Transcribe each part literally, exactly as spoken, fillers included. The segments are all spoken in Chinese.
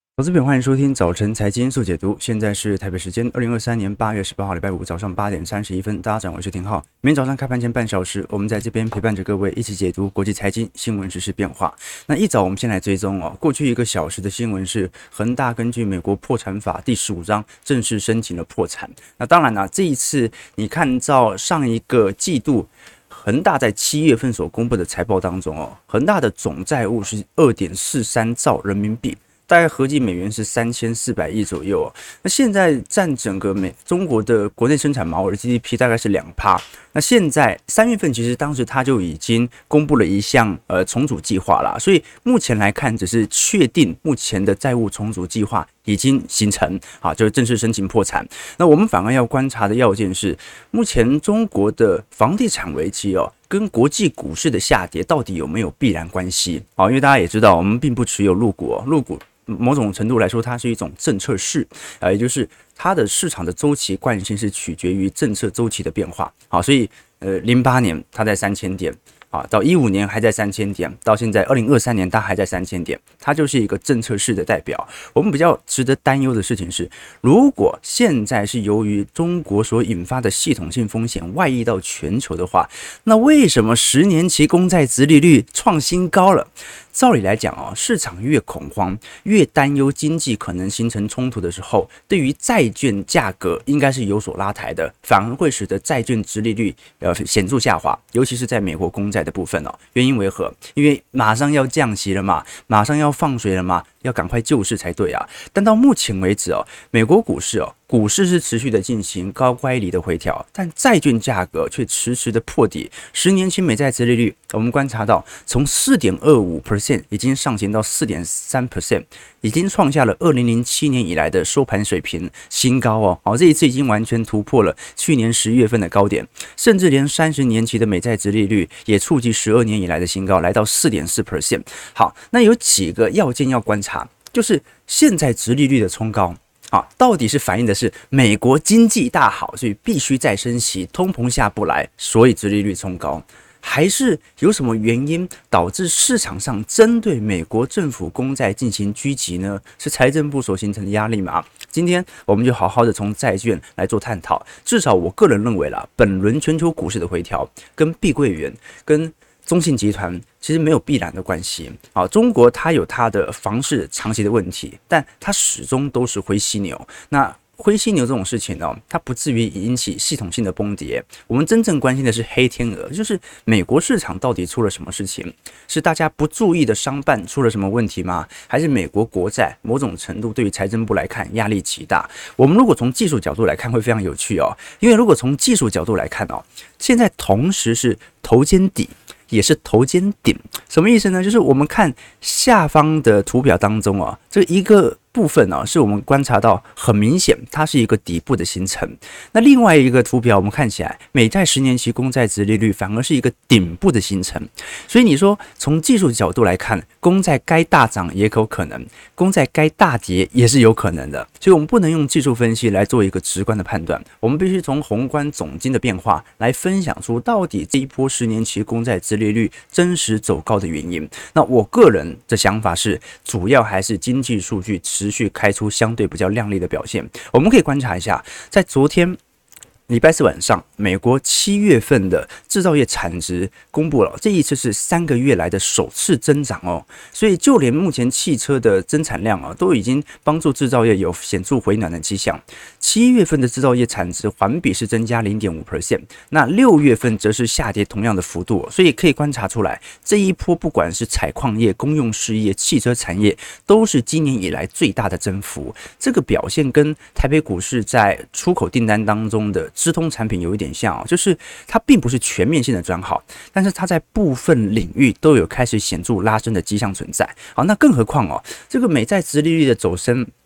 投资朋友，欢迎收听早晨财经速解读。现在是台北时间二零二三年八月十八号，礼拜五早上八点三十一分。大家早，我是廷浩。每天早上开盘前半小时，我们在这边陪伴着各位一起解读国际财经新闻、时事变化。那一早我们先来追踪哦，过去一个小时的新闻是恒大根据美国破产法第十五章正式申请了破产。那当然啦、啊，这一次你看到上一个季度。恒大在七月份所公布的财报当中哦，恒大的总债务是 二点四三兆人民币。大概合计美元是三千四百亿左右哦。那现在占整个美中国的国内生产毛额 G D P 大概是两趴。那现在三月份其实当时他就已经公布了一项呃重组计划啦，所以目前来看只是确定目前的债务重组计划已经形成，好，就是正式申请破产。那我们反而要观察的要件是，目前中国的房地产危机哦。跟国际股市的下跌到底有没有必然关系？好，因为大家也知道，我们并不持有陆股，陆股某种程度来说，它是一种政策市，呃，也就是它的市场的周期惯性是取决于政策周期的变化。好，所以呃，零八年它在三千点。啊，到一五年还在三千点，到现在二零二三年它还在三千点，它就是一个政策式的代表。我们比较值得担忧的事情是，如果现在是由于中国所引发的系统性风险外溢到全球的话，那为什么十年期公债殖利率创新高了？照理来讲哦，市场越恐慌，越担忧经济可能形成冲突的时候，对于债券价格应该是有所拉抬的，反而会使得债券殖利率呃显著下滑，尤其是在美国公债的部分哦。原因为何？因为马上要降息了嘛，马上要放水了嘛，要赶快救市才对啊。但到目前为止哦，美国股市哦。股市是持续的进行高乖离的回调，但债券价格却迟迟的破底。十年期美债殖利率，我们观察到从 百分之四点二五 已经上行到 百分之四点三， 已经创下了二零零七年以来的收盘水平新高哦。好，这一次已经完全突破了去年十月份的高点，甚至连三十年期的美债殖利率也触及十二年以来的新高，来到 百分之四点四。好，那有几个要件要观察，就是现在殖利率的冲高。啊，到底是反映的是美国经济大好，所以必须再升息，通膨下不来，所以殖利率冲高，还是有什么原因导致市场上针对美国政府公债进行狙击呢？是财政部所形成的压力吗？今天我们就好好的从债券来做探讨。至少我个人认为啦，本轮全球股市的回调跟碧桂园跟中信集团其实没有必然的关系啊，中国它有它的房市长期的问题，但它始终都是灰犀牛。那灰犀牛这种事情呢，它不至于引起系统性的崩跌。我们真正关心的是黑天鹅，就是美国市场到底出了什么事情？是大家不注意的商办出了什么问题吗？还是美国国债某种程度对于财政部来看压力极大？我们如果从技术角度来看，会非常有趣哦。因为如果从技术角度来看哦，现在同时是头肩底。也是头肩顶，什么意思呢？就是我们看下方的图表当中啊，这一个部分呢、啊，是我们观察到很明显，它是一个底部的形成。那另外一个图表，我们看起来美债十年期公债殖利率反而是一个顶部的形成。所以你说从技术角度来看，公债该大涨也有可能，公债该大跌也是有可能的。所以我们不能用技术分析来做一个直观的判断，我们必须从宏观总经的变化来分享出到底这一波十年期公债殖利率真实走高的原因。那我个人的想法是，主要还是经济数据持续开出相对比较亮丽的表现。我们可以观察一下，在昨天礼拜四晚上，美国七月份的制造业产值公布了，这一次是三个月来的首次增长哦。所以就连目前汽车的增产量啊，都已经帮助制造业有显著回暖的迹象。七月份的制造业产值环比是增加 百分之零点五， 那六月份则是下跌同样的幅度、哦，所以可以观察出来，这一波不管是采矿业、公用事业、汽车产业，都是今年以来最大的增幅。这个表现跟台北股市在出口订单当中的资通产品有一点像、哦，就是它并不是全面性的转好，但是它在部分领域都有开始显著拉升的迹象存在。好，那更何况哦，这个美债殖利率的走升。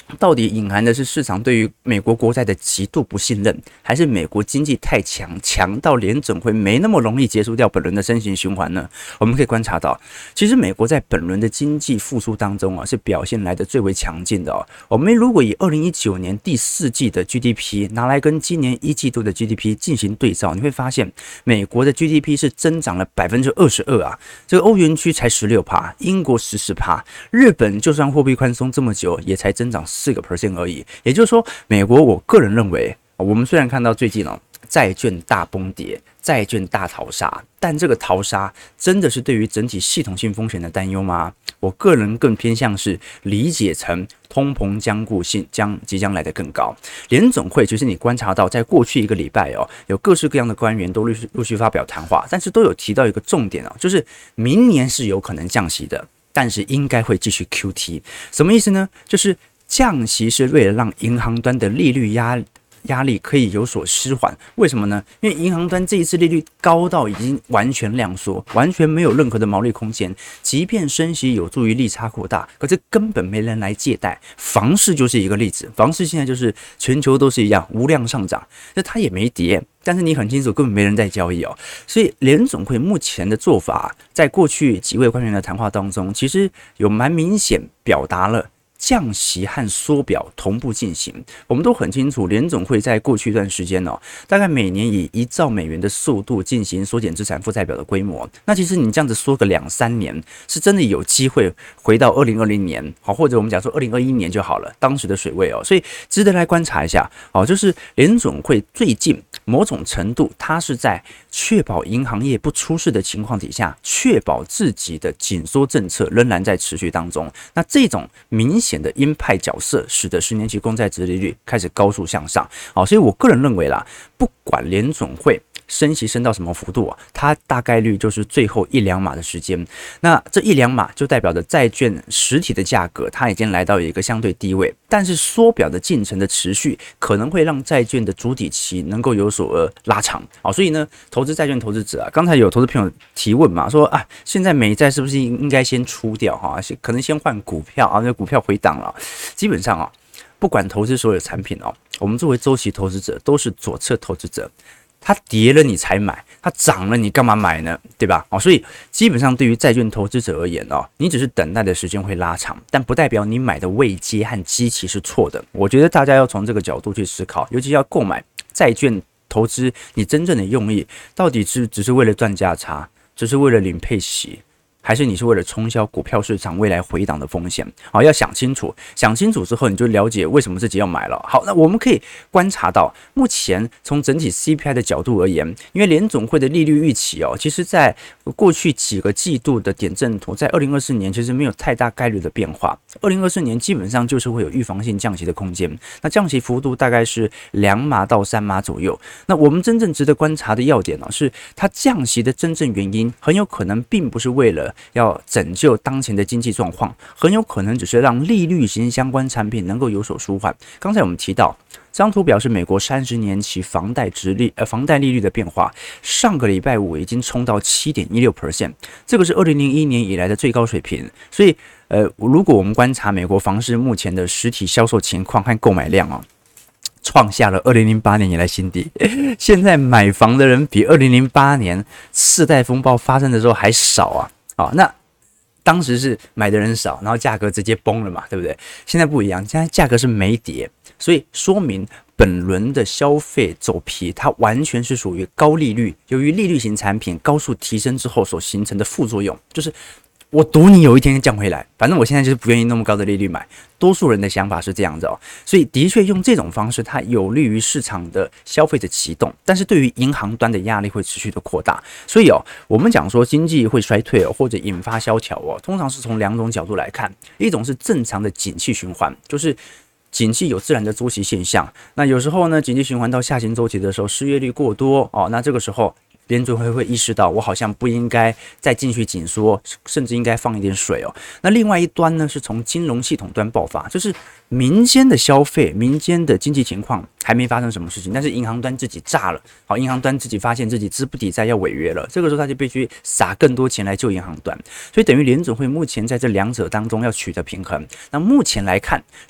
到底隐含的是市场对于美国国债的极度不信任，还是美国经济太强，强到联准会没那么容易结束掉本轮的升息循环呢？我们可以观察到，其实美国在本轮的经济复苏当中啊，是表现来的最为强劲的哦。我们如果以二零一九年第四季的 G D P 拿来跟今年一季度的 G D P 进行对照，你会发现美国的 G D P 是增长了百分之二十二啊，这个欧元区才十六趴，英国十四趴，日本就算货币宽松这么久，也才增长四个 percent 而已。也就是说，美国我个人认为，我们虽然看到最近哦债券大崩跌，债券大逃杀，但这个逃杀真的是对于整体系统性风险的担忧吗？我个人更偏向是理解成通膨僵固性将即将来得更高。联总会其实你观察到，在过去一个礼拜哦，有各式各样的官员都陆续陆续发表谈话，但是都有提到一个重点哦，就是明年是有可能降息的，但是应该会继续 Q T。什么意思呢？就是降息是为了让银行端的利率压压力可以有所施缓，为什么呢？因为银行端这一次利率高到已经完全量缩，完全没有任何的毛利空间。即便升息有助于利差扩大，可是根本没人来借贷。房市就是一个例子，房市现在就是全球都是一样无量上涨，那它也没跌，但是你很清楚根本没人在交易哦。所以联总会目前的做法，在过去几位官员的谈话当中，其实有蛮明显表达了降息和缩表同步进行。我们都很清楚，联总会在过去一段时间哦，大概每年以一兆美元的速度进行缩减资产负债表的规模。那其实你这样子缩个两三年，是真的有机会回到二零二零年，好，或者我们讲说二零二一年就好了，当时的水位哦。所以值得来观察一下哦，就是联总会最近某种程度，它是在确保银行业不出事的情况底下，确保自己的紧缩政策仍然在持续当中。那这种明显的鹰派角色，使得十年期公债殖利率开始高速向上。好，所以我个人认为啦，不管联总会升息升到什么幅度啊，它大概率就是最后一两码的时间。那这一两码就代表着债券实体的价格它已经来到一个相对低位，但是缩表的进程的持续可能会让债券的主体期能够有所呃拉长。好，所以呢，投资债券投资者啊，刚才有投资朋友提问嘛，说啊，现在美债是不是应该先出掉哈？可能先换股票啊，因为股票回档了。基本上啊，不管投资所有产品哦，我们作为周期投资者都是左侧投资者。它跌了你才买，它涨了你干嘛买呢？对吧？哦，所以基本上对于债券投资者而言哦，你只是等待的时间会拉长，但不代表你买的位阶和基期是错的。我觉得大家要从这个角度去思考，尤其要购买债券投资，你真正的用意到底是只是为了赚价差，只是为了领配息，还是你是为了冲销股票市场未来回档的风险？好，要想清楚，想清楚之后，你就了解为什么自己要买了。好，那我们可以观察到，目前从整体 C P I 的角度而言，因为联总会的利率预期哦，其实在过去几个季度的点阵图，在二零二四年其实没有太大概率的变化。二零二四年基本上就是会有预防性降息的空间，那降息幅度大概是两码到三码左右。那我们真正值得观察的要点呢、哦，是它降息的真正原因，很有可能并不是为了要拯救当前的经济状况，很有可能只是让利率型相关产品能够有所舒缓。刚才我们提到，这张图表示美国三十年期房贷殖利呃房贷利率的变化，上个礼拜五已经冲到 百分之七点一六， 这个是二零零一年以来的最高水平。所以，呃，如果我们观察美国房市目前的实体销售情况和购买量哦，创下了二零零八年以来新低。现在买房的人比二零零八年次贷风暴发生的时候还少啊！好，那当时是买的人少，然后价格直接崩了嘛，对不对？现在不一样，现在价格是没跌，所以说明本轮的消费走皮，它完全是属于高利率，由于利率型产品高速提升之后所形成的副作用，就是我赌你有一天降回来，反正我现在就是不愿意那么高的利率买。多数人的想法是这样子哦，所以的确用这种方式，它有利于市场的消费者启动，但是对于银行端的压力会持续的扩大。所以哦，我们讲说经济会衰退哦，或者引发萧条哦，通常是从两种角度来看，一种是正常的景气循环，就是景气有自然的周期现象。那有时候呢，景气循环到下行周期的时候，失业率过多哦，那这个时候联准会会意识到，我好像不应该再继续紧缩，甚至应该放一点水哦。那另外一端呢，是从金融系统端爆发，就是民间的消费、民间的经济情况还没发生什么事情，但是银行端自己炸了，好，银行端自己发现自己资不抵债要违约了，这个时候他就必须撒更多钱来救银行端，所以等于联准会目前在这两者当中要取得平衡。那目前来看是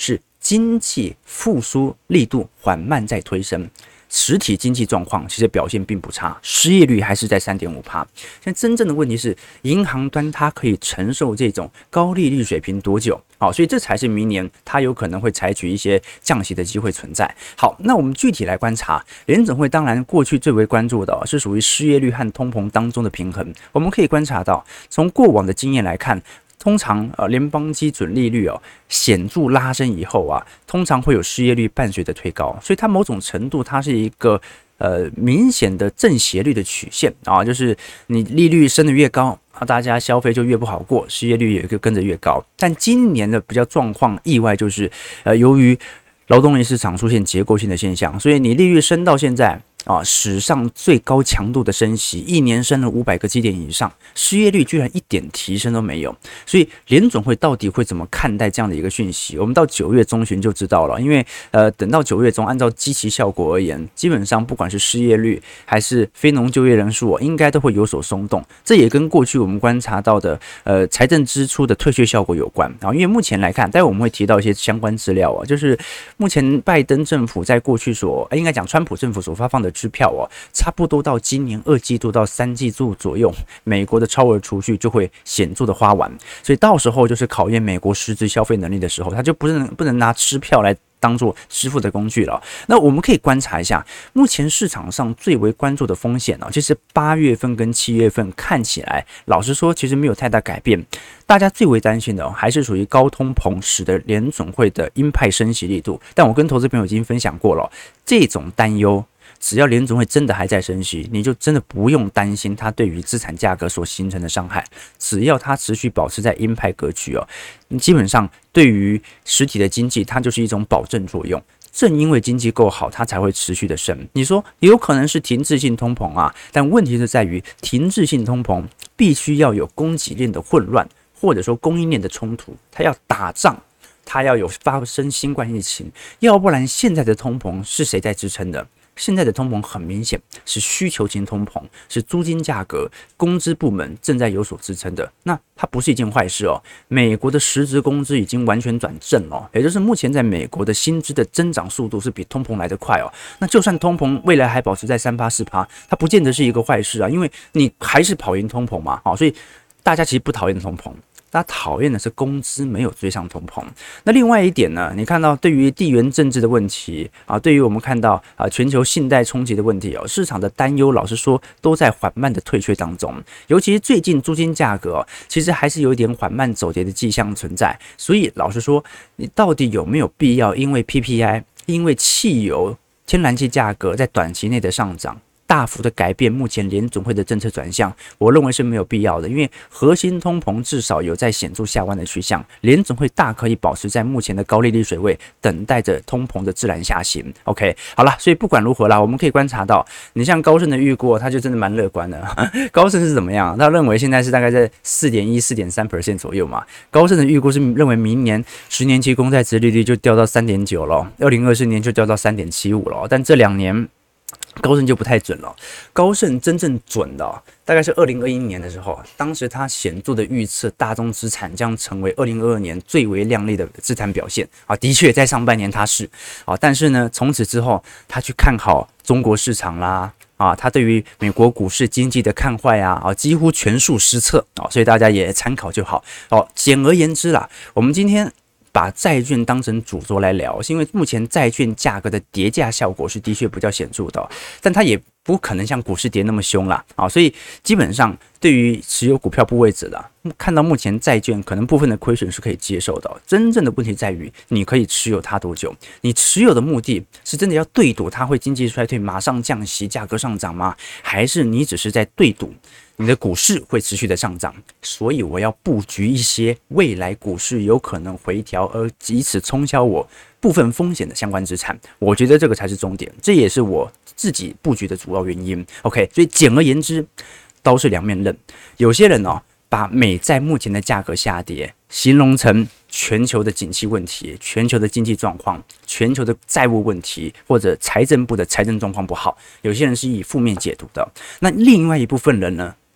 经济复苏力度缓慢在推升。实体经济状况其实表现并不差，失业率还是在 百分之三点五。 现在真正的问题是银行端它可以承受这种高利率水平多久？好，所以这才是明年它有可能会采取一些降息的机会存在。好，那我们具体来观察，联准会当然过去最为关注的、哦、是属于失业率和通膨当中的平衡。我们可以观察到，从过往的经验来看，通常呃联邦基准利率哦显著拉升以后啊，通常会有失业率伴随着推高，所以它某种程度它是一个呃明显的正斜率的曲线啊，就是你利率升得越高啊，大家消费就越不好过，失业率也就跟着越高。但今年的比较状况意外就是，呃由于劳动力市场出现结构性的现象，所以你利率升到现在。啊，史上最高强度的升息，一年升了五百个基点以上，失业率居然一点提升都没有。所以联准会到底会怎么看待这样的一个讯息？我们到九月中旬就知道了。因为呃，等到九月中，按照基期效果而言，基本上不管是失业率还是非农就业人数、哦，应该都会有所松动。这也跟过去我们观察到的呃财政支出的退却效果有关啊。因为目前来看，待会我们会提到一些相关资料啊，就是目前拜登政府在过去所，应该讲川普政府所发放的支票哦，差不多到今年二季度到三季度左右，美国的超额储蓄就会显著的花完，所以到时候就是考验美国实质消费能力的时候，他就不能不能拿支票来当做支付的工具了。那我们可以观察一下，目前市场上最为关注的风险呢、哦，其实八月份跟七月份看起来，老实说，其实没有太大改变。大家最为担心的、哦、还是属于高通膨使得联准会的鹰派升息力度。但我跟投资朋友已经分享过了，这种担忧。只要联准会真的还在升息，你就真的不用担心它对于资产价格所形成的伤害。只要它持续保持在鹰派格局哦，基本上对于实体的经济，它就是一种保证作用。正因为经济够好，它才会持续的升。你说也有可能是停滞性通膨啊，但问题是在于停滞性通膨必须要有供给链的混乱，或者说供应链的冲突，它要打仗。它要有发生新冠疫情，要不然现在的通膨是谁在支撑的？现在的通膨很明显是需求型通膨，是租金价格、工资部门正在有所支撑的。那它不是一件坏事哦。美国的实质工资已经完全转正了，也就是目前在美国的薪资的增长速度是比通膨来得快哦。那就算通膨未来还保持在 三趴 四趴，它不见得是一个坏事啊，因为你还是跑赢通膨嘛。好，所以大家其实不讨厌通膨。大家讨厌的是工资没有追上通膨。那另外一点呢，你看到对于地缘政治的问题啊，对于我们看到啊全球信贷冲击的问题哦，市场的担忧，老实说都在缓慢的退却当中。尤其是最近租金价格、哦、其实还是有一点缓慢走跌的迹象存在。所以老实说，你到底有没有必要因为 P P I， 因为汽油、天然气价格在短期内的上涨？大幅的改变目前联准会的政策转向，我认为是没有必要的，因为核心通膨至少有在显著下弯的趋向，联准会大可以保持在目前的高利率水位，等待着通膨的自然下行。OK， 好了，所以不管如何啦，我们可以观察到，你像高盛的预估，他就真的蛮乐观的。高盛是怎么样？他认为现在是大概在 百分之四点一、四点三 左右嘛。高盛的预估是认为明年十年期公债殖利率就掉到 三点九 了，二零二四年就掉到 三点七五 了，但这两年。高盛就不太准了，高盛真正准的、哦、大概是二零二一年的时候，当时他显著的预测大宗资产将成为二零二二年最为亮丽的资产表现啊，的确在上半年他是啊，但是呢，从此之后他去看好中国市场啦。啊，他对于美国股市经济的看坏啊，啊，几乎全数失策啊，所以大家也参考就好。哦，简而言之啦，我们今天。把债券当成主轴来聊，是因为目前债券价格的跌价效果是的确比较显著的、哦，但它也不可能像股市跌那么凶啦啊，所以基本上对于持有股票部位者的，看到目前债券可能部分的亏损是可以接受的、哦。真正的问题在于，你可以持有它多久？你持有的目的是真的要对赌它会经济衰退马上降息、价格上涨吗？还是你只是在对赌？你的股市会持续的上涨，所以我要布局一些未来股市有可能回调，而以此冲销我部分风险的相关资产。我觉得这个才是重点，这也是我自己布局的主要原因。OK， 所以简而言之，刀是两面刃。有些人哦，把美债目前的价格下跌形容成全球的景气问题、全球的经济状况、全球的债务问题，或者财政部的财政状况不好。有些人是以负面解读的。那另外一部分人呢？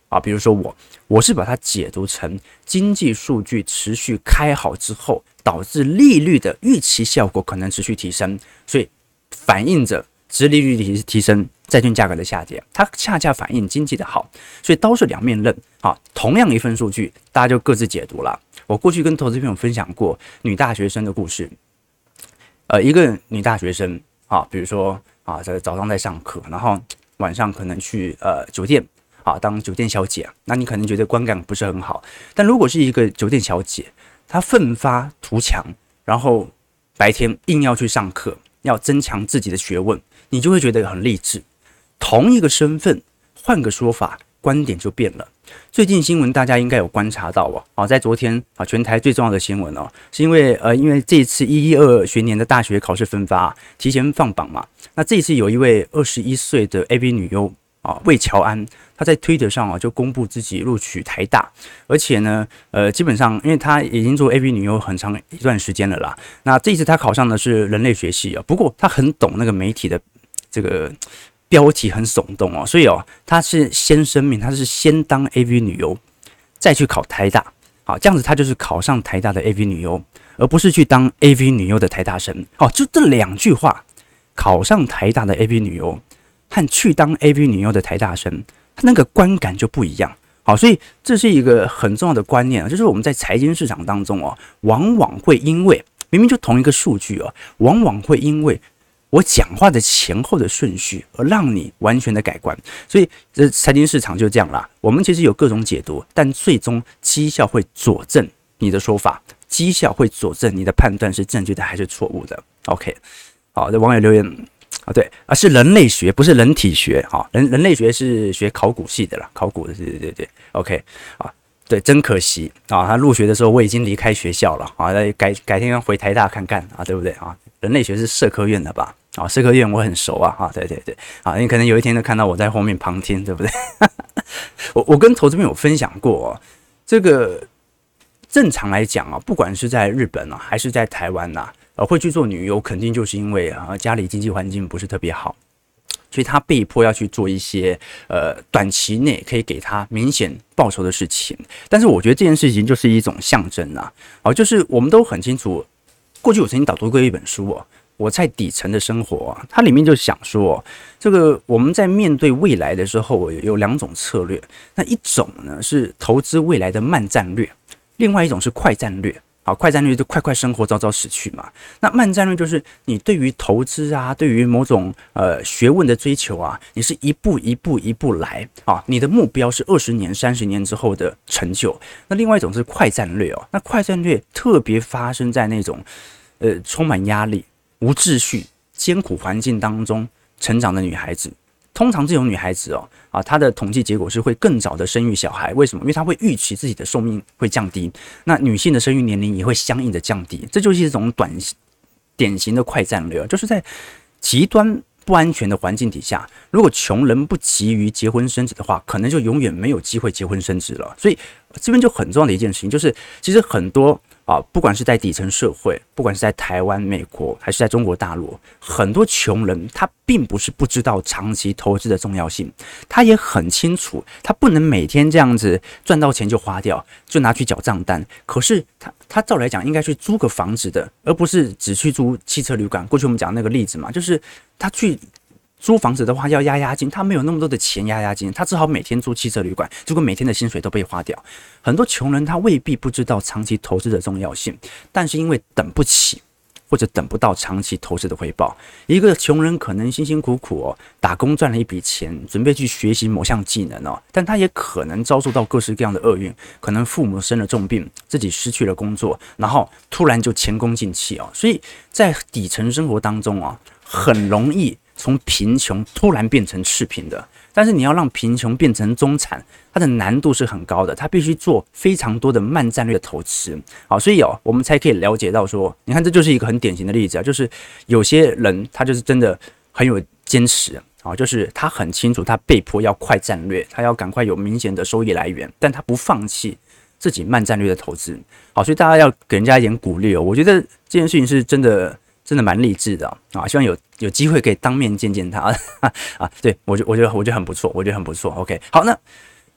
啊，比如说我，我是把它解读成经济数据持续开好之后，导致利率的预期效果可能持续提升，所以反映着殖利率提提升，债券价格的下跌，它恰恰反映经济的好，所以刀是两面刃啊。同样一份数据，大家就各自解读了。我过去跟投资朋友分享过女大学生的故事，呃，一个女大学生啊，比如说啊，在早上在上课，然后晚上可能去呃酒店。啊，当酒店小姐，那你可能觉得观感不是很好。但如果是一个酒店小姐，她奋发图强，然后白天硬要去上课，要增强自己的学问，你就会觉得很励志。同一个身份，换个说法，观点就变了。最近新闻大家应该有观察到哦，啊，在昨天啊，全台最重要的新闻哦，是因为呃，因为这一次一一二学年的大学考试分发提前放榜嘛，那这一次有一位二十一岁的 A B 女优。啊，魏乔安，他在推特上啊就公布自己录取台大，而且呢，呃，基本上因为他已经做 A B 女优很长一段时间了啦，那这一次他考上的是人类学系啊，不过他很懂那个媒体的这个标题很耸动哦，所以哦，他是先声明，他是先当 A B 女优，再去考台大，好，这样子他就是考上台大的 A B 女优，而不是去当 A B 女优的台大生，哦，就这两句话，考上台大的 A B 女优。和去当 A V 女优的台大生，他那个观感就不一样。好，所以这是一个很重要的观念啊，就是我们在财经市场当中哦，往往会因为明明就同一个数据哦，往往会因为我讲话的前后的顺序而让你完全的改观。所以这财经市场就这样啦，我们其实有各种解读，但最终绩效会佐证你的说法，绩效会佐证你的判断是正确的还是错误的。OK， 好，这网友留言。啊，对啊，是人类学，不是人体学。好，人人类学是学考古系的啦，考古的，对对对对 ，OK， 啊，对，真可惜啊，他入学的时候我已经离开学校了啊，改改天要回台大看看啊，对不对啊？人类学是社科院的吧？啊，社科院我很熟啊，啊，对对对，啊，你可能有一天就看到我在后面旁听，对不对？我我跟投资朋友分享过、哦，这个正常来讲啊，不管是在日本啊，还是在台湾呐、啊。呃，会去做女优，肯定就是因为啊家里经济环境不是特别好，所以他被迫要去做一些呃短期内可以给他明显报酬的事情。但是我觉得这件事情就是一种象征啊，哦，就是我们都很清楚，过去我曾经导读过一本书哦，我在底层的生活啊，它里面就想说，这个我们在面对未来的时候有两种策略，那一种呢是投资未来的慢战略，另外一种是快战略。好，快战略就快快生活，早早死去嘛。那慢战略就是你对于投资啊，对于某种呃学问的追求啊，你是一步一步一步来啊。你的目标是二十年、三十年之后的成就。那另外一种是快战略哦，那快战略特别发生在那种呃充满压力、无秩序、艰苦环境当中成长的女孩子。通常这种女孩子哦，啊，她的统计结果是会更早的生育小孩，为什么？因为她会预期自己的寿命会降低，那女性的生育年龄也会相应的降低，这就是一种短典型的快战略，就是在极端不安全的环境底下，如果穷人不急于结婚生子的话，可能就永远没有机会结婚生子了。所以这边就很重要的一件事情，就是其实很多。啊，不管是在底层社会，不管是在台湾、美国，还是在中国大陆，很多穷人他并不是不知道长期投资的重要性，他也很清楚，他不能每天这样子赚到钱就花掉，就拿去缴账单。可是他他照来讲应该去租个房子的，而不是只去租汽车旅馆。过去我们讲那个例子嘛，就是他去。租房子的话要押押金，他没有那么多的钱押押金，他只好每天租汽车旅馆，结果每天的薪水都被花掉。很多穷人他未必不知道长期投资的重要性，但是因为等不起或者等不到长期投资的回报，一个穷人可能辛辛苦苦哦打工赚了一笔钱，准备去学习某项技能哦，但他也可能遭受到各式各样的厄运，可能父母生了重病，自己失去了工作，然后突然就前功尽弃哦。所以在底层生活当中啊，很容易。从贫穷突然变成赤贫的，但是你要让贫穷变成中产，它的难度是很高的，它必须做非常多的慢战略的投资。好，所以哦，我们才可以了解到说，你看这就是一个很典型的例子啊，就是有些人他就是真的很有坚持啊，就是他很清楚他被迫要快战略，他要赶快有明显的收益来源，但他不放弃自己慢战略的投资。好，所以大家要给人家一点鼓励哦，我觉得这件事情是真的。真的蛮励志的 啊, 啊！希望有有机会可以当面见见他啊！对我觉我觉得我觉得很不错，我觉得很不错。OK， 好，那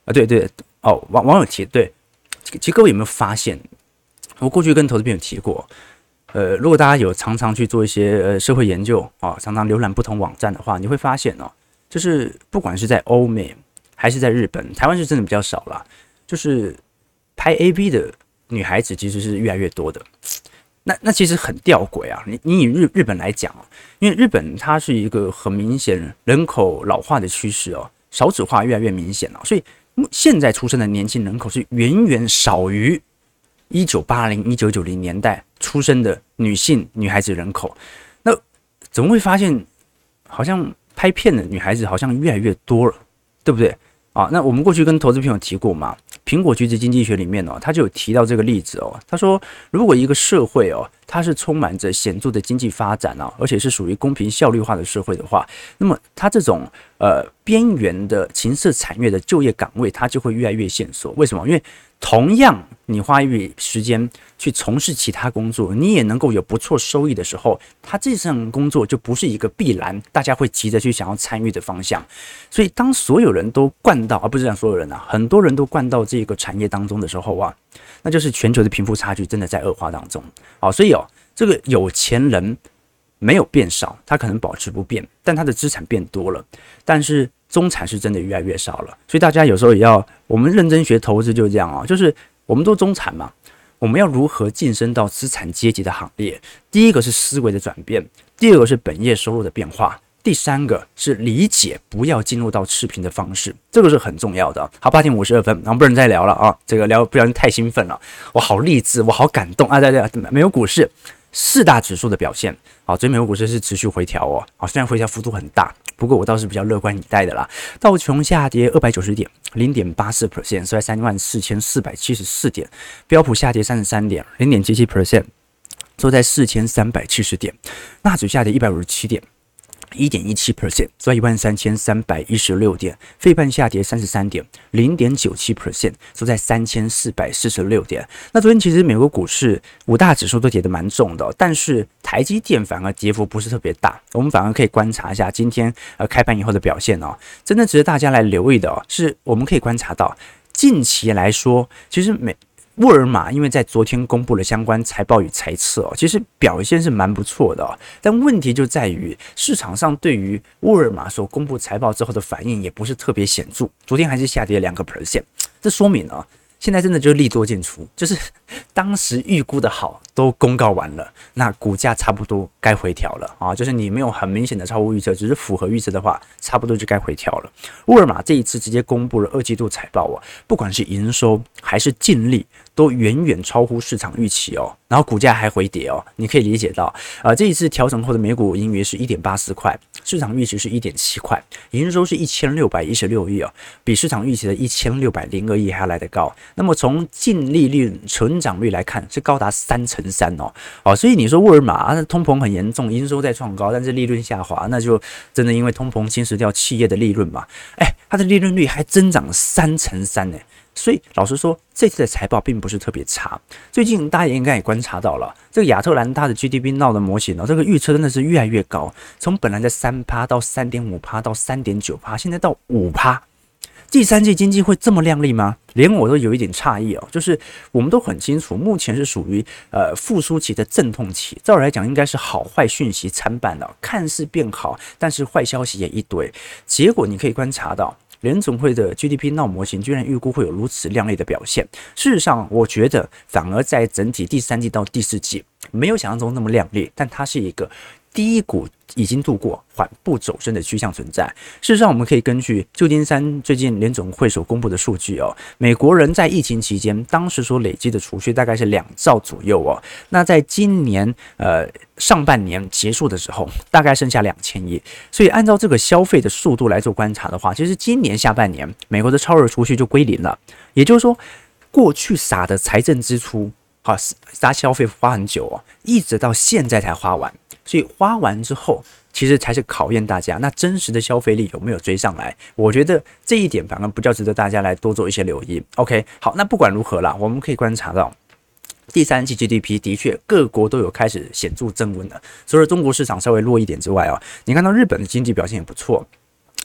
啊，对对哦，网网友提对，其实各位有没有发现，我过去跟投资朋友提过，呃，如果大家有常常去做一些呃社会研究啊，常常浏览不同网站的话，你会发现哦，就是不管是在欧美还是在日本，台湾是真的比较少啦，就是拍 A V 的女孩子其实是越来越多的。那那其实很吊诡啊！你你以日日本来讲啊，因为日本它是一个很明显人口老化的趋势哦，少子化越来越明显了，所以现在出生的年轻人口是远远少于一九八零、一九九零年代出生的女性女孩子人口。那怎么会发现好像拍片的女孩子好像越来越多了，对不对？啊，那我们过去跟投资朋友提过嘛，苹果橘子经济学里面哦，他就有提到这个例子哦。他说，如果一个社会哦，它是充满着显著的经济发展啊，而且是属于公平效率化的社会的话，那么它这种呃边缘的情色产业的就业岗位，它就会越来越限缩。为什么？因为同样你花一笔时间去从事其他工作，你也能够有不错收益的时候，它这项工作就不是一个必然大家会急着去想要参与的方向。所以当所有人都灌到，而、啊、不是讲所有人啊，很多人都灌到这个产业当中的时候啊，那就是全球的贫富差距真的在恶化当中。好，所以哦，这个有钱人没有变少，他可能保持不变，但他的资产变多了，但是中产是真的越来越少了。所以大家有时候也要，我们认真学投资就是这样啊，就是我们都中产嘛，我们要如何晋升到资产阶级的行列？第一个是思维的转变，第二个是本业收入的变化，第三个是理解不要进入到赤贫的方式，这个是很重要的。好，八点五十二分，然后不能再聊了啊！这个聊不小心太兴奋了，我好励志，我好感动啊！对对，没有股市四大指数的表现，好，昨天美国股市是持续回调哦，好，虽然回调幅度很大，不过我倒是比较乐观以待的啦。道琼下跌二百九十点，零点八四 percent， 收在三万四千四百七十四点；标普下跌三十三点，零点七七 percent， 收在四千三百七十点；纳指下跌一百五十七点。一点一七 percent， 收在一万三千三百一十六点，费半下跌三十三点，零点九七 percent， 收在三千四百四十六点。那昨天其实美国股市五大指数都跌得蛮重的、哦，但是台积电反而跌幅不是特别大。我们反而可以观察一下今天呃开盘以后的表现哦，真的值得大家来留意的哦，是我们可以观察到近期来说，其实美。沃尔玛因为在昨天公布了相关财报与财测哦，其实表现是蛮不错的哦，但问题就在于市场上对于沃尔玛所公布财报之后的反应也不是特别显著，昨天还是下跌两个 percent， 这说明啊，现在真的就是利多进出，就是当时预估的好都公告完了，那股价差不多该回调了啊，就是你没有很明显的超乎预测，只是符合预测的话，差不多就该回调了。沃尔玛这一次直接公布了二季度财报啊，不管是营收还是净利，都远远超乎市场预期哦，然后股价还回跌哦，你可以理解到，呃，这一次调整后的每股盈余是一点八四块，市场预期是一点七块，营收是一千六百一十六亿哦，比市场预期的一千六百零二亿还要来得高。那么从净利率成长率来看，是高达三成三哦，哦，所以你说沃尔玛啊，通膨很严重，营收在创高，但是利润下滑，那就真的因为通膨侵蚀掉企业的利润嘛？哎，它的利润率还增长了三成三呢。所以老实说，这次的财报并不是特别差。最近大家也应该也观察到了，这个亚特兰大的 G D P 闹的模型哦，这个预测真的是越来越高，从本来的 百分之三 到 三点五 到 三点九 现在到 百分之五。第三季经济会这么亮丽吗？连我都有一点诧异哦。就是我们都很清楚，目前是属于呃复苏期的阵痛期，照来讲应该是好坏讯息参半的、哦，看似变好，但是坏消息也一堆。结果你可以观察到。联总会的 G D P 闹模型居然预估会有如此亮丽的表现，事实上，我觉得反而在整体第三季到第四季没有想象中那么亮丽，但它是一个低谷已经度过，缓步走升的趋向存在。事实上，我们可以根据旧金山最近联总会所公布的数据哦，美国人在疫情期间当时所累积的储蓄大概是两兆左右哦，那在今年呃上半年结束的时候，大概剩下两千亿。所以按照这个消费的速度来做观察的话，其实今年下半年美国的超额储蓄就归零了，也就是说，过去撒的财政支出，好撒消费花很久哦，一直到现在才花完。所以花完之后，其实才是考验大家那真实的消费力有没有追上来。我觉得这一点反而比较值得大家来多做一些留意。OK， 好，那不管如何啦，我们可以观察到。第三季 G D P 的确各国都有开始显著增温了，除了中国市场稍微弱一点之外啊，你看到日本的经济表现也不错。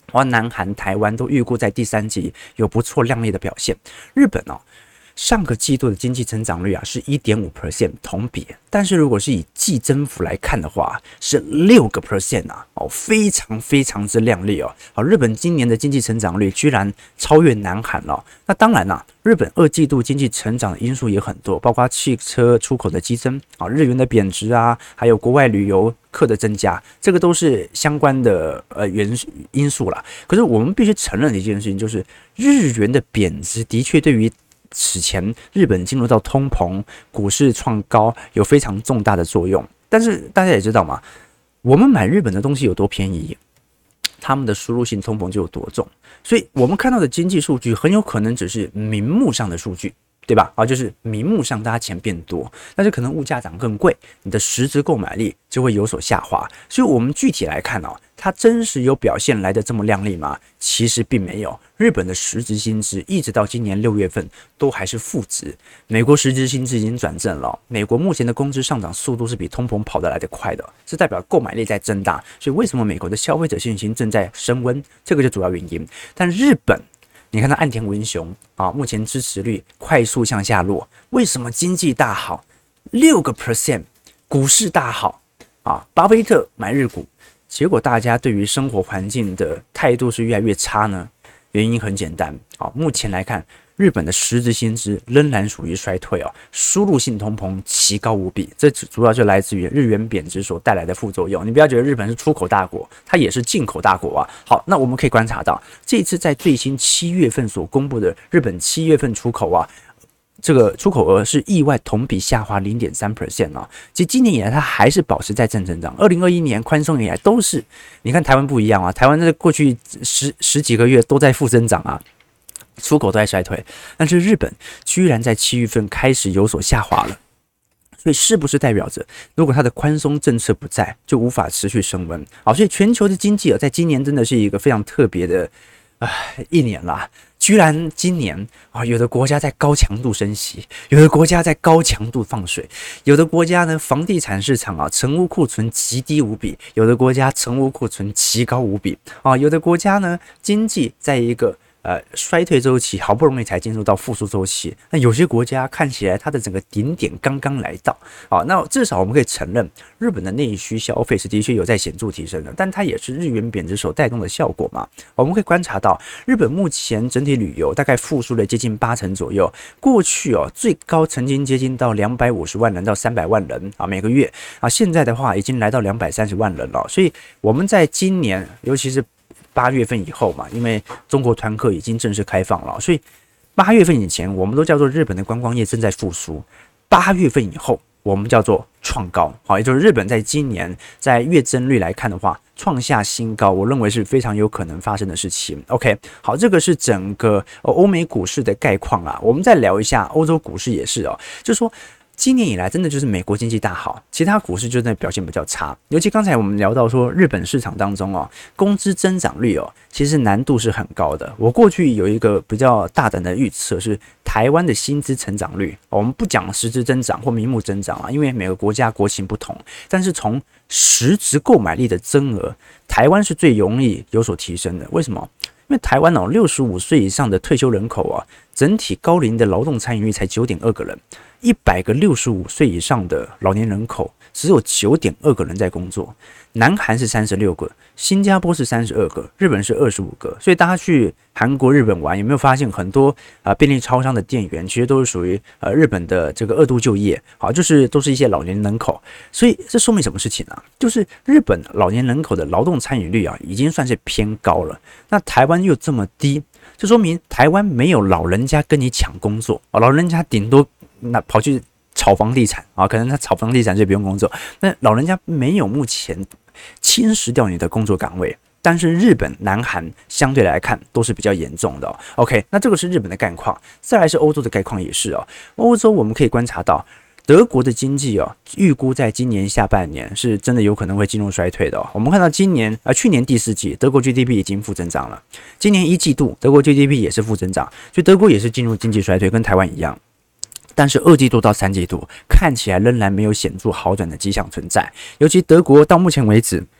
而南韩、台湾都预估在第三季有不错亮丽的表现。日本哦，上个季度的经济增长率啊是 百分之一点五 同比，但是如果是以季增幅来看的话，是 百分之六 啊，哦，非常非常之亮丽哦。好，日本今年的经济成长率居然超越南韩了。那当然啦、啊，日本二季度经济成长的因素也很多，包括汽车出口的激增啊，日元的贬值啊，还有国外旅游客的增加，这个都是相关的呃元因素啦。可是我们必须承认的一件事情，就是日元的贬值的确对于此前日本进入到通膨、股市创高有非常重大的作用。但是大家也知道嘛，我们买日本的东西有多便宜，他们的输入性通膨就有多重。所以我们看到的经济数据很有可能只是名目上的数据，对吧？啊，就是名目上大家钱变多，但是可能物价涨更贵，你的实质购买力就会有所下滑。所以我们具体来看哦，它真实有表现来的这么亮丽吗？其实并没有。日本的实质薪资一直到今年六月份都还是负值，美国实质薪资已经转正了。美国目前的工资上涨速度是比通膨跑得来得快的，是代表购买力在增大。所以为什么美国的消费者信心正在升温？这个就主要原因。但日本，你看它岸田文雄啊，目前支持率快速向下落。为什么经济大好？六个 percent， 股市大好啊，巴菲特买日股，结果大家对于生活环境的态度是越来越差呢？原因很简单啊，目前来看，日本的实质薪资仍然属于衰退哦，输入性通膨奇高无比，这主要就来自于日元贬值所带来的副作用。你不要觉得日本是出口大国，它也是进口大国啊。好，那我们可以观察到，这次在最新七月份所公布的日本七月份出口啊，这个出口额是意外同比下滑 百分之零点三 啊。其实今年以来它还是保持在正增长，二零二一年宽松以来都是。你看台湾不一样啊，台湾在过去十十几个月都在负增长啊，出口都在衰退，但是日本居然在七月份开始有所下滑了。所以是不是代表着，如果它的宽松政策不在，就无法持续升温？好，所以全球的经济啊，在今年真的是一个非常特别的啊一年啦。居然今年啊，有的国家在高强度升息，有的国家在高强度放水，有的国家呢，房地产市场啊，成屋库存极低无比，有的国家成屋库存极高无比啊，有的国家呢，经济在一个呃衰退周期，好不容易才进入到复苏周期。那有些国家看起来它的整个顶点刚刚来到，好，那至少我们可以承认，日本的内需消费是的确有在显著提升的，但它也是日元贬值所带动的效果嘛。我们可以观察到，日本目前整体旅游大概复苏了接近八成左右，过去哦最高曾经接近到两百五十万人到三百万人啊每个月啊，现在的话已经来到两百三十万人了。所以我们在今年，尤其是八月份以后嘛，因为中国团客已经正式开放了，所以八月份以前我们都叫做日本的观光业正在复苏，八月份以后我们叫做创高，好，也就是日本在今年在月增率来看的话，创下新高，我认为是非常有可能发生的事情。OK， 好，这个是整个欧美股市的概况啦。我们再聊一下欧洲股市也是哦，就是说。今年以来，真的就是美国经济大好，其他股市就真的表现比较差。尤其刚才我们聊到说，日本市场当中哦，工资增长率哦，其实难度是很高的。我过去有一个比较大胆的预测是，台湾的薪资成长率，我们不讲实质增长或名目增长啊，因为每个国家国情不同。但是从实质购买力的增额，台湾是最容易有所提升的。为什么？因为台湾哦，六十五岁以上的退休人口啊，整体高龄的劳动参与率才 九点二个人。一百个六十五岁以上的老年人口，只有 九点二个人在工作。南韩是三十六个，新加坡是三十二个，日本是二十五个。所以大家去韩国、日本玩，有没有发现很多啊、呃、便利超商的店员其实都是属于呃日本的这个二度就业，好，就是都是一些老年人口。所以这说明什么事情啊？就是日本老年人口的劳动参与率啊，已经算是偏高了。那台湾又这么低，这说明台湾没有老人家跟你抢工作，哦、老人家顶多那跑去炒房地产啊，可能他炒房地产就不用工作。那老人家没有目前侵蚀掉你的工作岗位，但是日本、南韩相对来看都是比较严重的、哦。OK， 那这个是日本的概况，再来是欧洲的概况也是哦。欧洲我们可以观察到，德国的经济哦，预估在今年下半年是真的有可能会进入衰退的、哦。我们看到今年啊、呃，去年第四季德国 G D P 已经负增长了，今年一季度德国 G D P 也是负增长，所以德国也是进入经济衰退，跟台湾一样。但是二季度到三季度看起来仍然没有显著好转的迹象存在，尤其德国到目前为止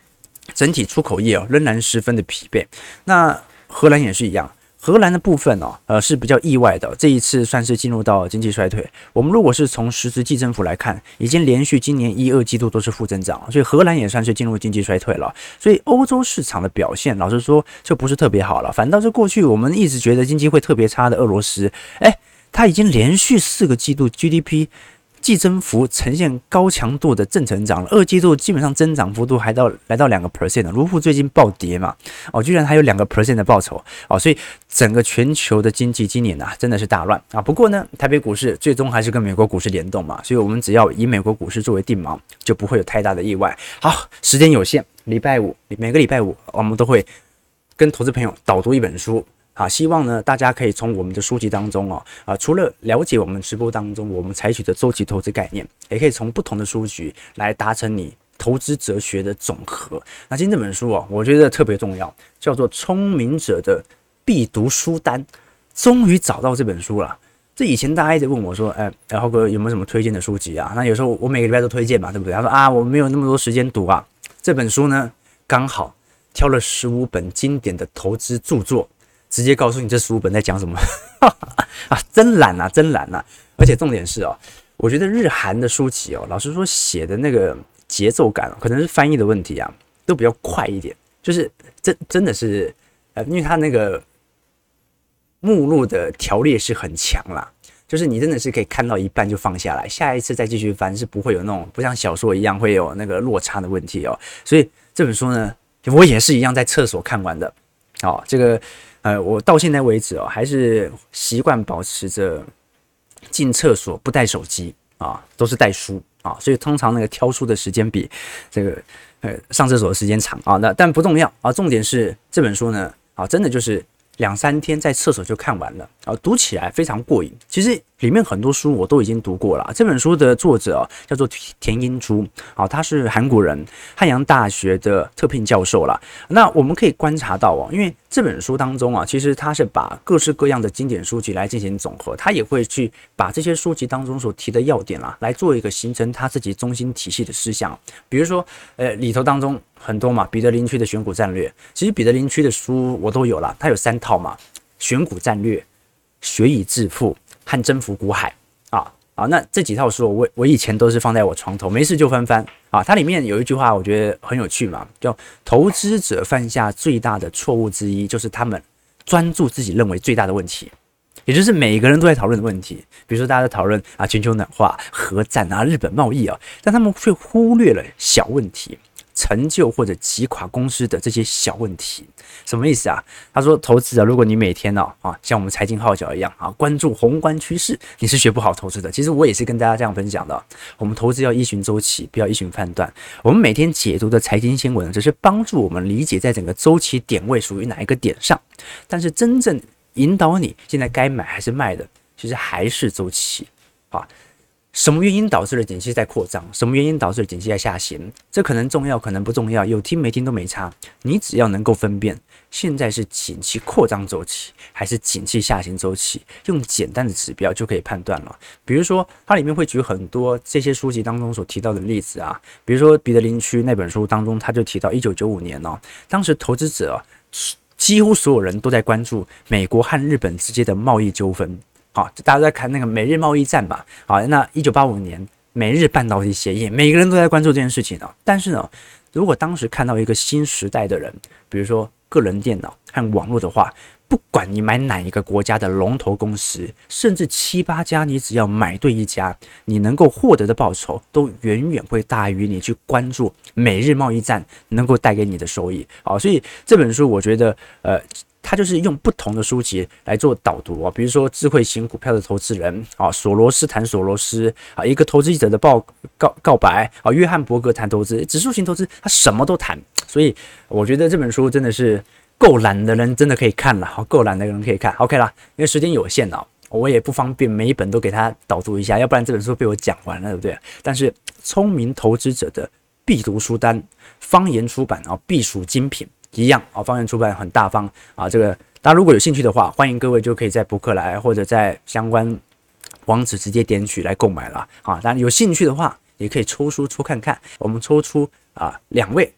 整体出口业哦仍然十分的疲惫。那荷兰也是一样。荷兰的部分哦，呃是比较意外的，这一次算是进入到经济衰退。我们如果是从实质季增幅来看，已经连续今年一二季度都是负增长，所以荷兰也算是进入经济衰退了。所以欧洲市场的表现，老实说就不是特别好了。反倒是过去我们一直觉得经济会特别差的俄罗斯，哎，它已经连续四个季度 G D P。季增幅呈现高强度的正成长了，二季度基本上增长幅度还到来到两个 percent 了。卢布最近暴跌嘛，哦，居然还有两个 percent 的报酬哦，所以整个全球的经济今年啊真的是大乱啊。不过呢，台北股市最终还是跟美国股市联动嘛，所以我们只要以美国股市作为定锚，就不会有太大的意外。好，时间有限，礼拜五每个礼拜五我们都会跟投资朋友导读一本书。啊，希望呢大家可以从我们的书籍当中哦，啊，除了了解我们直播当中我们采取的周期投资概念，也可以从不同的书籍来达成你投资哲学的总和。那今天这本书哦，我觉得特别重要，叫做《聪明者的必读书单》。终于找到这本书了。这以前大家一直问我说，哎、欸，浩哥有没有什么推荐的书籍啊？那有时候我每个礼拜都推荐嘛，对不对？他说啊，我没有那么多时间读啊。这本书呢，刚好挑了十五本经典的投资著作。直接告诉你这十五本在讲什么啊，真懒啊，真懒啊！而且重点是哦，我觉得日韩的书籍哦，老实说写的那个节奏感，可能是翻译的问题啊，都比较快一点。就是真真的是，呃，因为它那个目录的条列是很强啦，就是你真的是可以看到一半就放下来，下一次再继续翻，是不会有那种不像小说一样会有那个落差的问题哦。所以这本书呢，我也是一样在厕所看完的。哦，这个。呃，我到现在为止哦，还是习惯保持着进厕所不带手机啊，都是带书啊，所以通常那个挑书的时间比这个呃上厕所的时间长啊。那但不重要啊，重点是这本书呢啊，真的就是两三天在厕所就看完了啊，读起来非常过瘾。其实里面很多书我都已经读过了。这本书的作者、啊、叫做田英珠啊，他是韩国人，汉阳大学的特聘教授啦。那我们可以观察到哦，因为这本书当中啊，其实他是把各式各样的经典书籍来进行总和，他也会去把这些书籍当中所提的要点啦，来做一个形成他自己中心体系的思想。比如说，呃，里头当中很多嘛，彼得林区的选股战略，其实彼得林区的书我都有啦，他有三套嘛，选股战略、学以致富和征服股海啊啊，那这几套书我我以前都是放在我床头，没事就翻翻啊。它里面有一句话我觉得很有趣嘛，叫投资者犯下最大的错误之一，就是他们专注自己认为最大的问题，也就是每个人都在讨论的问题。比如说大家在讨论啊全球暖化、核战啊、日本贸易啊，但他们却忽略了小问题。成就或者击垮公司的这些小问题，什么意思啊？他说，投资啊，如果你每天哦啊，像我们财经号角一样啊，关注宏观趋势，你是学不好投资的。其实我也是跟大家这样分享的，我们投资要依循周期，不要依循判断。我们每天解读的财经新闻，只是帮助我们理解在整个周期点位属于哪一个点上，但是真正引导你现在该买还是卖的，其实还是周期啊。什么原因导致了景气在扩张？什么原因导致了景气在下行？这可能重要，可能不重要，有听没听都没差。你只要能够分辨，现在是景气扩张周期还是景气下行周期，用简单的指标就可以判断了。比如说，它里面会举很多这些书籍当中所提到的例子啊，比如说彼得林区那本书当中，他就提到一九九五年哦，当时投资者、哦、几乎所有人都在关注美国和日本之间的贸易纠纷。好，大家在看那个美日贸易战吧。好，那一九八五年美日半导体协议，每个人都在关注这件事情哦。但是呢，如果当时看到一个新时代的人，比如说个人电脑和网络的话，不管你买哪一个国家的龙头公司，甚至七八家，你只要买对一家，你能够获得的报酬都远远会大于你去关注美日贸易战能够带给你的收益。好，所以这本书我觉得，呃。他就是用不同的书籍来做导读啊，比如说智慧型股票的投资人啊，索罗斯谈索罗斯啊，一个投资者的报告告白啊，约翰伯格谈投资，指数型投资他什么都谈，所以我觉得这本书真的是够懒的人真的可以看了，好，够懒的人可以看 ，OK 啦，因为时间有限啊，我也不方便每一本都给他导读一下，要不然这本书被我讲完了，对不对？但是聪明投资者的必读书单，方言出版啊，必属精品。一样啊，方言出版很大方啊，这个大家如果有兴趣的话，欢迎各位就可以在博客来或者在相关网址直接点取来购买了啊。当然有兴趣的话，也可以抽书抽看看，我们抽出啊两位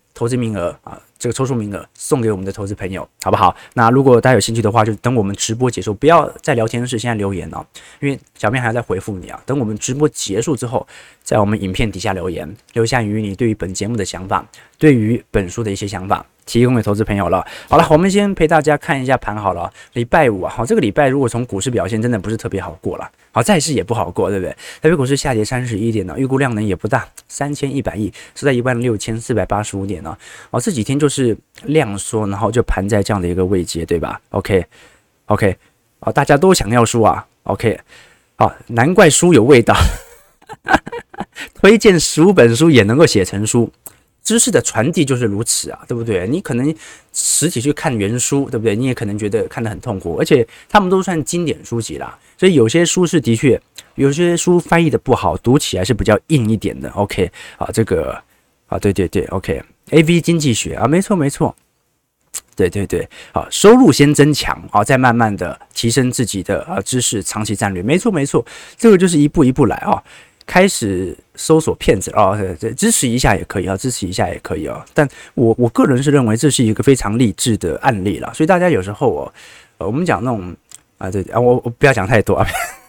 投资名额啊，这个抽出名额送给我们的投资朋友，好不好？那如果大家有兴趣的话，就等我们直播结束，不要在聊天室现在留言哦，因为小编还要再回复你啊。等我们直播结束之后，在我们影片底下留言，留下于你对于本节目的想法，对于本书的一些想法，提供给投资朋友了。好了，我们先陪大家看一下盘好了。礼拜五啊，好，这个礼拜如果从股市表现，真的不是特别好过了。好，债市也不好过，对不对？台北股市下跌三十一点呢，预估量能也不大，三千一百亿，是在一万六千四百八十五点呢。哦，这几天就是量缩，然后就盘在这样的一个位阶，对吧 ？OK OK， 啊，大家都想要输啊 ，OK， 好，难怪书有味道，推荐十五本书也能够写成书。知识的传递就是如此啊，对不对？你可能实体去看原书，对不对？你也可能觉得看得很痛苦，而且他们都算经典书籍啦，所以有些书是的确，有些书翻译的不好，读起来是比较硬一点的。OK， 啊，这个啊，对对对 ，OK，A V 经济学啊，没错没错，对对对，好，收入先增强啊，再慢慢的提升自己的啊知识长期战略，没错没错，这个就是一步一步来啊。开始搜索骗子啊，支持一下也可以啊，支持一下也可以啊。但我我个人是认为这是一个非常励志的案例啦，所以大家有时候哦，呃、我们讲那种啊，对啊，我我不要讲太多啊，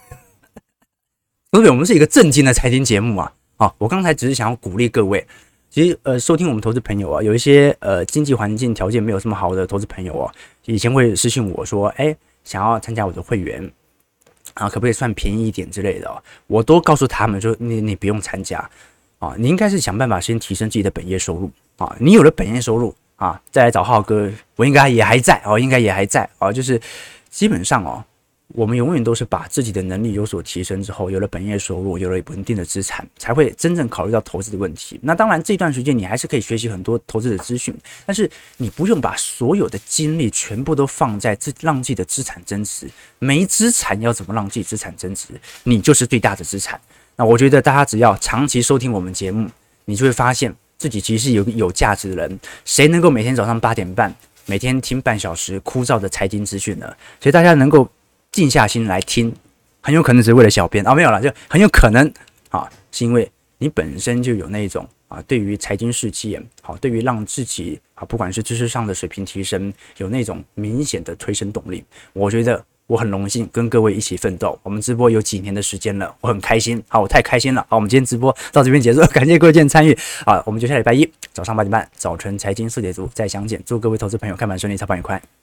因为我们是一个正经的财经节目啊。啊，我刚才只是想要鼓励各位，其实呃，收听我们投资朋友啊，有一些呃经济环境条件没有这么好的投资朋友啊，以前会私信我说，哎，想要参加我的会员。啊，可不可以算便宜一点之类的哦？我都告诉他们说，你你不用参加啊，你应该是想办法先提升自己的本业收入啊。你有了本业收入啊，再来找浩哥，我应该也还在哦，应该也还在啊。就是基本上哦，我们永远都是把自己的能力有所提升之后，有了本业收入，有了稳定的资产，才会真正考虑到投资的问题。那当然，这段时间你还是可以学习很多投资的资讯，但是你不用把所有的精力全部都放在自让自己的资产增值。没资产要怎么让自己资产增值？你就是最大的资产。那我觉得大家只要长期收听我们节目，你就会发现自己其实是有个有价值的人。谁能够每天早上八点半，每天听半小时枯燥的财经资讯呢？所以大家能够静下心来听，很有可能只是为了小编啊，没有了，就很有可能啊，是因为你本身就有那种啊，对于财经世界，好，对于让自己啊，不管是知识上的水平提升，有那种明显的推升动力。我觉得我很荣幸跟各位一起奋斗。我们直播有几年的时间了，我很开心，好，我太开心了。好，我们今天直播到这边结束，感谢各位今天参与啊，我们就下礼拜一早上八点半早晨财经速解读再相见，祝各位投资朋友看盘顺利，操盘愉快。